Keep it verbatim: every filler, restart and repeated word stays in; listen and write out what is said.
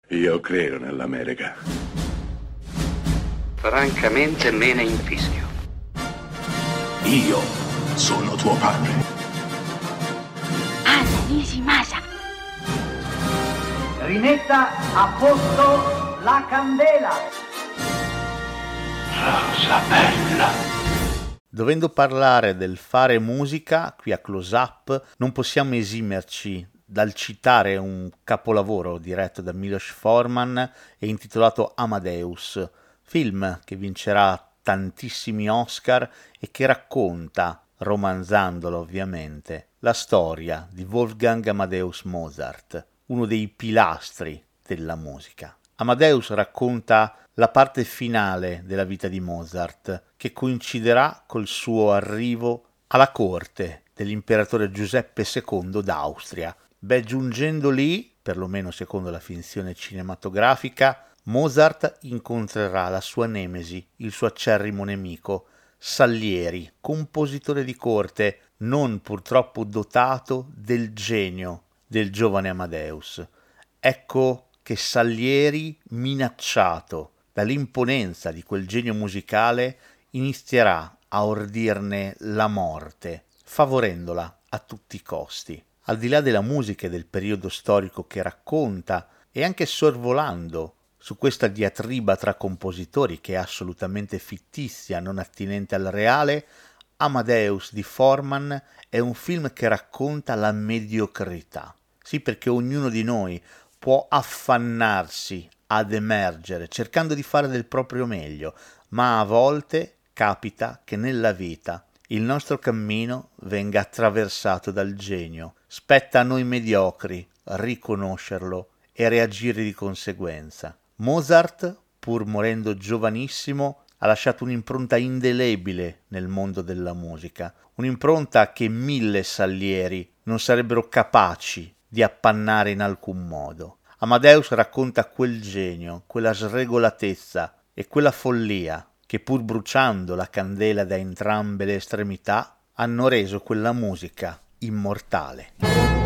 Io credo nell'America. Francamente me ne infischio. Io sono tuo padre. Anna Nishimasa. Rimetta a posto la candela. Rosa bella. Dovendo parlare del fare musica, qui a Close Up, non possiamo esimerci dal citare un capolavoro diretto da Milos Forman e intitolato Amadeus, film che vincerà tantissimi Oscar e che racconta, romanzandolo ovviamente, la storia di Wolfgang Amadeus Mozart, uno dei pilastri della musica. Amadeus racconta la parte finale della vita di Mozart, che coinciderà col suo arrivo alla corte dell'imperatore Giuseppe secondo d'Austria. Beh, giungendo lì, perlomeno secondo la finzione cinematografica, Mozart incontrerà la sua nemesi, il suo acerrimo nemico, Salieri, compositore di corte, non purtroppo dotato del genio del giovane Amadeus. Ecco che Salieri, minacciato dall'imponenza di quel genio musicale, inizierà a ordirne la morte, favorendola a tutti i costi. Al di là della musica e del periodo storico che racconta, e anche sorvolando su questa diatriba tra compositori che è assolutamente fittizia, non attinente al reale, Amadeus di Forman è un film che racconta la mediocrità. Sì, perché ognuno di noi può affannarsi ad emergere cercando di fare del proprio meglio, ma a volte capita che nella vita il nostro cammino venga attraversato dal genio. Spetta a noi mediocri riconoscerlo e reagire di conseguenza. Mozart, pur morendo giovanissimo, ha lasciato un'impronta indelebile nel mondo della musica, un'impronta che mille Salieri non sarebbero capaci di appannare in alcun modo. Amadeus racconta quel genio, quella sregolatezza e quella follia che, pur bruciando la candela da entrambe le estremità, hanno reso quella musica immortale.